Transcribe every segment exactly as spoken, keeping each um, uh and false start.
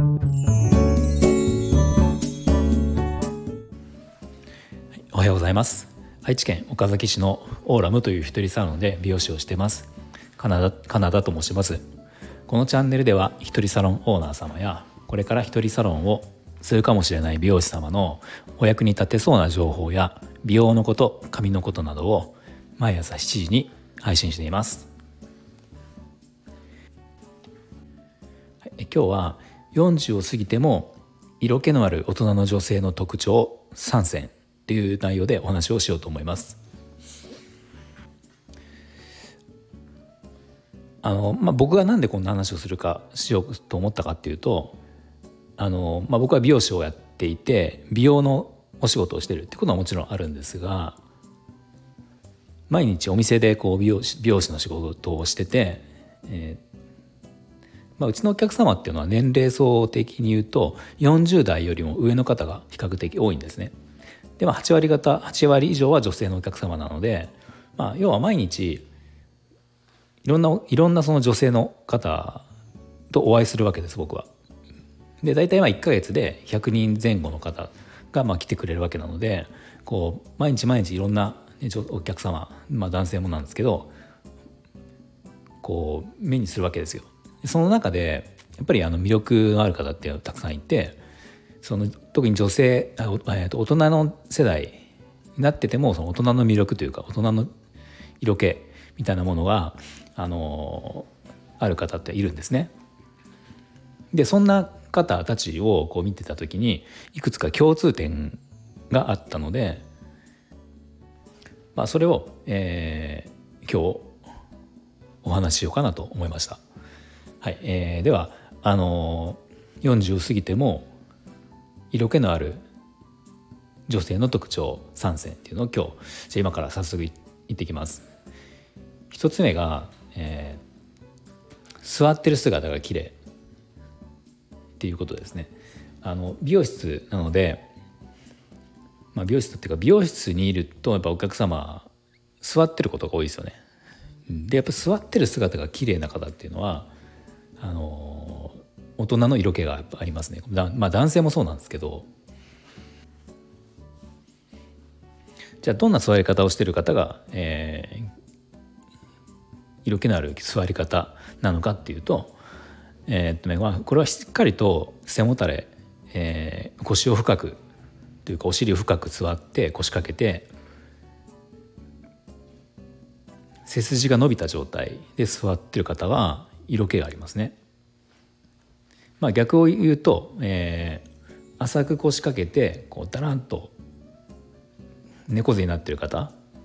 おはようございます。愛知県岡崎市のオーラムという一人サロンで美容師をしていますカナダ、カナダと申します。このチャンネルでは一人サロンオーナー様やこれから一人サロンをするかもしれない美容師様のお役に立てそうな情報や美容のこと、髪のことなどを毎朝しちじに配信しています。はい、今日はよんじゅうを過ぎても色気のある大人の女性の特徴さんせんという内容でお話をしようと思います。あの、まあ、僕がなんでこんな話をするかしようと思ったかっていうと、あの、まあ、僕は美容師をやっていて美容のお仕事をしているってことはもちろんあるんですが、毎日お店でこう美容師、美容師の仕事をしてて、えーまあ、うちのお客様っていうのは年齢層的に言うとよんじゅう代よりも上の方が比較的多いんですね。でもはち割方はち割以上は女性のお客様なので、まあ、要は毎日いろんないろんなその女性の方とお会いするわけです、僕は。で大体まあいっかげつでひゃくにんぜん後の方がまあ来てくれるわけなので、こう毎日毎日いろんなお客様、まあ、男性もなんですけどこう目にするわけですよ。その中でやっぱりあの魅力のある方っていうのがたくさんいて、その特に女性あ、えー、と大人の世代になっててもその大人の魅力というか大人の色気みたいなものが、あのー、ある方っているんですね。でそんな方たちをこう見てた時にいくつか共通点があったので、まあ、それを、えー、今日お話ししようかなと思いました。はい、えー、ではあのー、よんじゅう過ぎても色気のある女性の特徴さんせんっていうのを今日じゃあ今から早速言ってきます。一つ目が、えー、座ってる姿が綺麗っていうことですね。あの美容室なので、まあ、美容室っていうか美容室にいるとやっぱお客様座ってることが多いですよね。でやっぱ座ってる姿が綺麗な方っていうのはあの大人の色気がやっぱありますね。まあ男性もそうなんですけど、じゃあどんな座り方をしている方が、えー、色気のある座り方なのかっていうと、えーっとねまあ、これはしっかりと背もたれ、えー、腰を深くというかお尻を深く座って腰掛けて背筋が伸びた状態で座っている方は色気がありますね。まあ、逆を言うと、えー、浅く腰掛けてこうだらんと猫背になっている方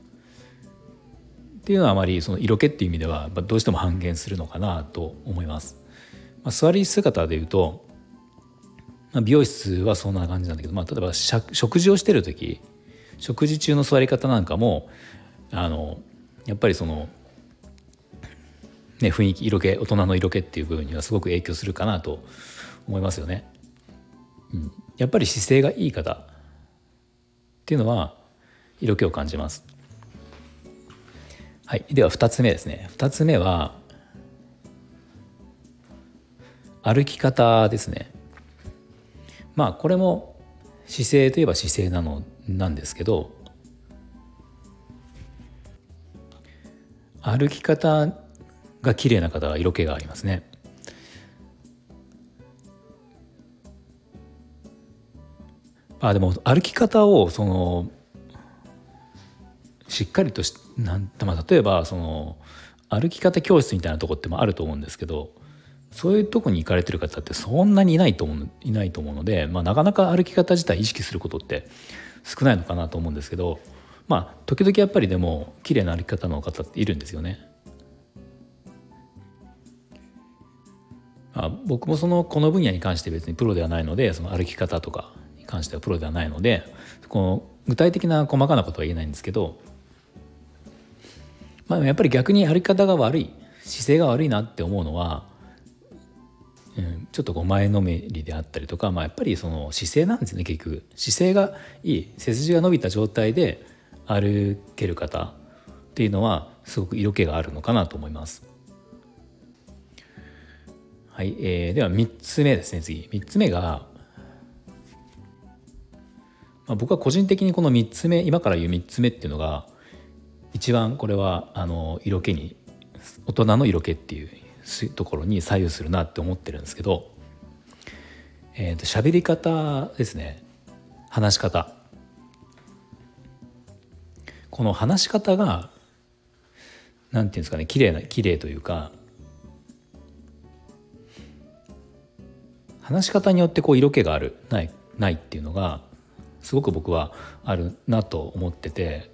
っていうのはあまりその色気っていう意味ではどうしても半減するのかなと思います。まあ、座り姿でいうと、まあ、美容室はそんな感じなんだけど、まあ、例えば食事をしている時食事中の座り方なんかもあのやっぱりその、ね、雰囲気色気大人の色気っていう部分にはすごく影響するかなと思いますよね。うん、やっぱり姿勢がいい方っていうのは色気を感じます。はい、ではふたつめですね。ふたつめは歩き方ですね。まあこれも姿勢といえば姿勢なのなんですけど、歩き方が綺麗な方は色気がありますね。あでも歩き方をそのしっかりとしなん、まあ、例えばその歩き方教室みたいなとこってもあると思うんですけど、そういうとこに行かれてる方ってそんなにいないと思ういないと思うので、まあ、なかなか歩き方自体意識することって少ないのかなと思うんですけど、まあ時々やっぱりでも綺麗な歩き方の方っているんですよね。まあ、僕もそのこの分野に関して別にプロではないので、その歩き方とかに関してはプロではないのでこの具体的な細かなことは言えないんですけど、まあ、やっぱり逆に歩き方が悪い姿勢が悪いなって思うのは、うん、ちょっとこう前のめりであったりとか、まあ、やっぱりその姿勢なんですね。結局姿勢がいい背筋が伸びた状態で歩ける方っていうのはすごく色気があるのかなと思います。 はい、えー、ではみっつめですね。次みっつめが、まあ、僕は個人的にこのみっつめ、今から言うみっつめっていうのが一番これはあの色気に、大人の色気っていうところに左右するなって思ってるんですけど、えー、と喋り方ですね。話し方、この話し方がなんていうんですかね、綺麗な綺麗というか、話し方によってこう色気があるないないっていうのがすごく僕はあるなと思ってて、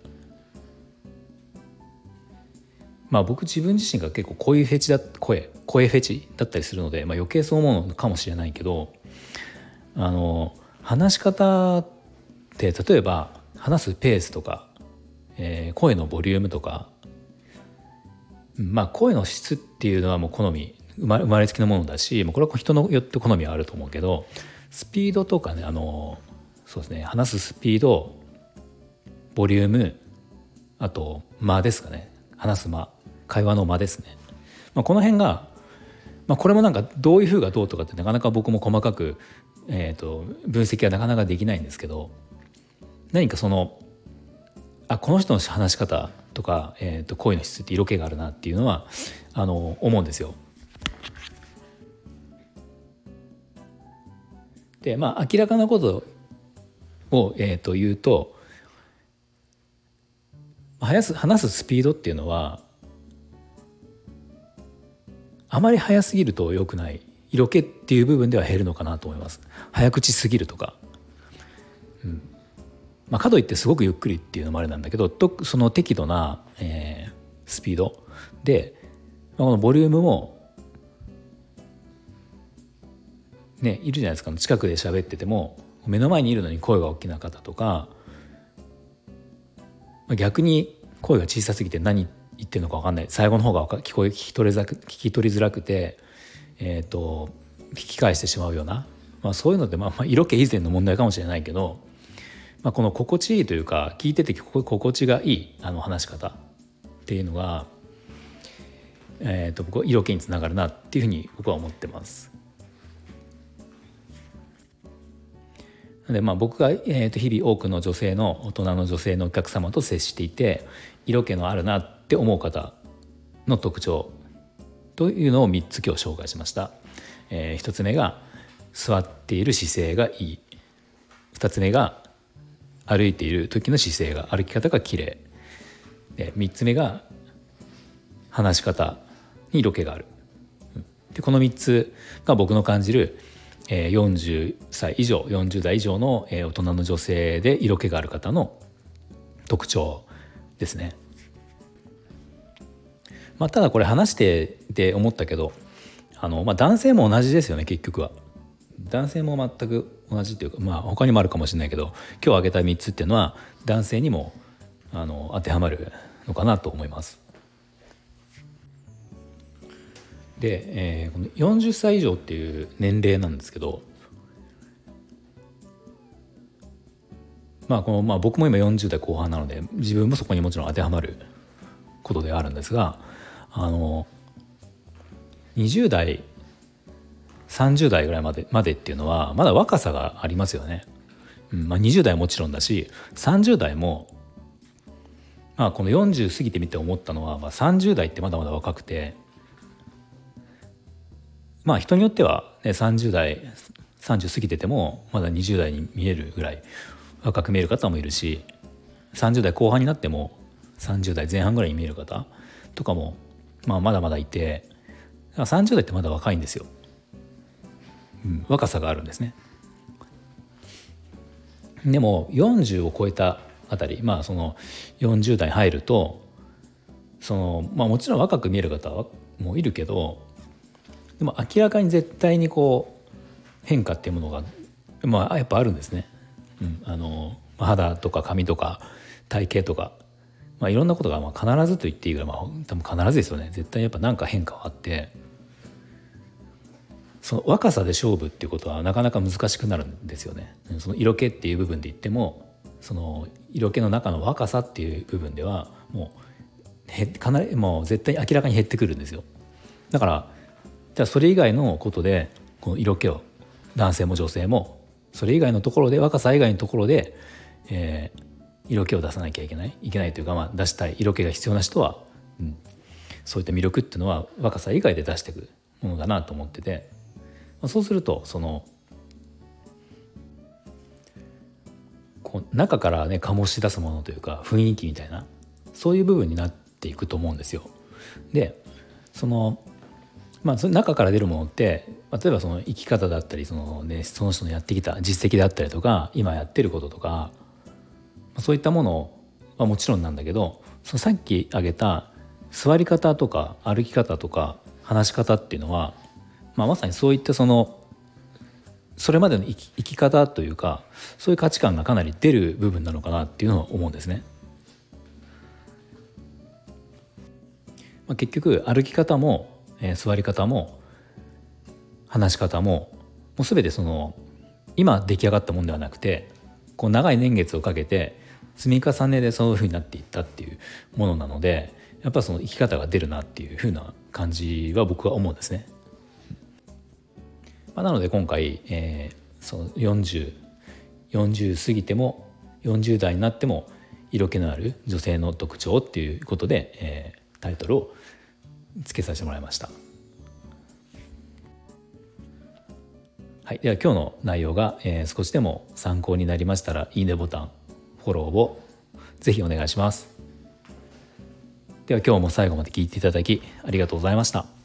まあ僕自分自身が結構声フェチだ声声フェチだったりするので、まあ、余計そう思うのかもしれないけど、あの話し方って例えば話すペースとか、えー、声のボリュームとか、まあ声の質っていうのはもう好み生まれ生まれつきのものだし、もうこれは人によって好みはあると思うけど、スピードとかね、あのそうですね、話すスピード、ボリューム、あと間ですかね、話す間、会話の間ですね、まあ、この辺が、まあ、これもなんかどういう風がどうとかってなかなか僕も細かく、えーと分析はなかなかできないんですけど、何かそのあこの人の話し方とか、えーと声の質って色気があるなっていうのはあの思うんですよ。でまあ明らかなことを、えー、と言うと、話す話すスピードっていうのはあまり速すぎると良くない、色気っていう部分では減るのかなと思います。早口すぎるとか、うんまあ、かといってすごくゆっくりっていうのもあれなんだけど、とその適度な、えースピードで、まあ、このボリュームもね、いるじゃないですか。近くで喋ってても目の前にいるのに声が大きな方とか、逆に声が小さすぎて何言ってるのか分かんない、最後の方が聞こえ聞き取りづらく、聞き取りづらくて、えー、と聞き返してしまうような、まあ、そういうのってまあまあ色気以前の問題かもしれないけど、まあ、この心地いいというか聞いてて心地がいいあの話し方っていうのが、えー、と僕は色気につながるなっていうふうに僕は思ってます。でまあ、僕が、えー、と日々多くの女性の大人の女性のお客様と接していて色気のあるなって思う方の特徴というのをみっつ今日紹介しました。えー、ひとつめが座っている姿勢がいい、ふたつめが歩いている時の姿勢が歩き方が綺麗で、みっつめが話し方に色気がある。でこのみっつが僕の感じるよんじゅっさい以上よんじゅう代以上の大人の女性で色気がある方の特徴ですね。まあ、ただこれ話してて思ったけど、あの、まあ、男性も同じですよね。結局は男性も全く同じっていうか、まあ他にもあるかもしれないけど、今日挙げたみっつっていうのは男性にもあの当てはまるのかなと思います。で、えー、このよんじゅっさい以上っていう年齢なんですけど、まあこのまあ僕も今よんじゅう代後半なので自分もそこにもちろん当てはまることではあるんですが、あのにじゅう代さんじゅう代ぐらいまでまでっていうのはまだ若さがありますよね。うんまあ、にじゅう代はもちろんだしさんじゅう代も、まあ、このよんじゅう過ぎてみて思ったのは、まあ、さんじゅう代ってまだまだ若くて、まあ人によっては、ね、さんじゅう代さんじゅう過ぎててもまだにじゅう代に見えるぐらい若く見える方もいるし、さんじゅう代後半になってもさんじゅう代前半ぐらいに見える方とかも、まあ、まだまだいて、さんじゅう代ってまだ若いんですよ。うん、若さがあるんですね。でもよんじゅうを超えたあたり、まあそのよんじゅう代に入るとその、まあ、もちろん若く見える方はもういるけど、でも明らかに絶対にこう変化っていうものが、まあ、やっぱあるんですね。うん、あの肌とか髪とか体型とか、まあ、いろんなことがまあ必ずと言っていいぐらい、まあ、多分必ずですよね。絶対やっぱ何か変化はあって、その若さで勝負っていうことはなかなか難しくなるんですよね。その色気っていう部分で言っても、その色気の中の若さっていう部分ではもうへかなりもう絶対に明らかに減ってくるんですよ。だからじゃあそれ以外のことでこの色気を男性も女性もそれ以外のところで若さ以外のところで、えー、色気を出さなきゃいけないいけないというか、まあ、出したい色気が必要な人は、うん、そういった魅力っていうのは若さ以外で出していくものだなと思ってて、まあ、そうするとそのこう中からね醸し出すものというか雰囲気みたいなそういう部分になっていくと思うんですよ。でそのまあその中から出るものって例えばその生き方だったりその、ね、その人のやってきた実績だったりとか今やってることとかそういったものはもちろんなんだけどそのさっき挙げた座り方とか歩き方とか話し方っていうのは、まあ、まさにそういったそのそれまでの生き、生き方というかそういう価値観がかなり出る部分なのかなっていうのは思うんですね。まあ、結局歩き方も、えー、座り方も話し方ももう全てその今出来上がったものではなくてこう長い年月をかけて積み重ねでそういうふうになっていったっていうものなのでやっぱその生き方が出るなっていうふうな感じは僕は思うんですね。まあ、なので今回、えー、そのよんじゅう、よんじゅう過ぎてもよんじゅう代になっても色気のある女性の特徴っていうことで、えー、タイトルをつけさせてもらいました。はい、では今日の内容が、えー、少しでも参考になりましたらいいねボタンフォローをぜひお願いします。では今日も最後まで聞いていただきありがとうございました。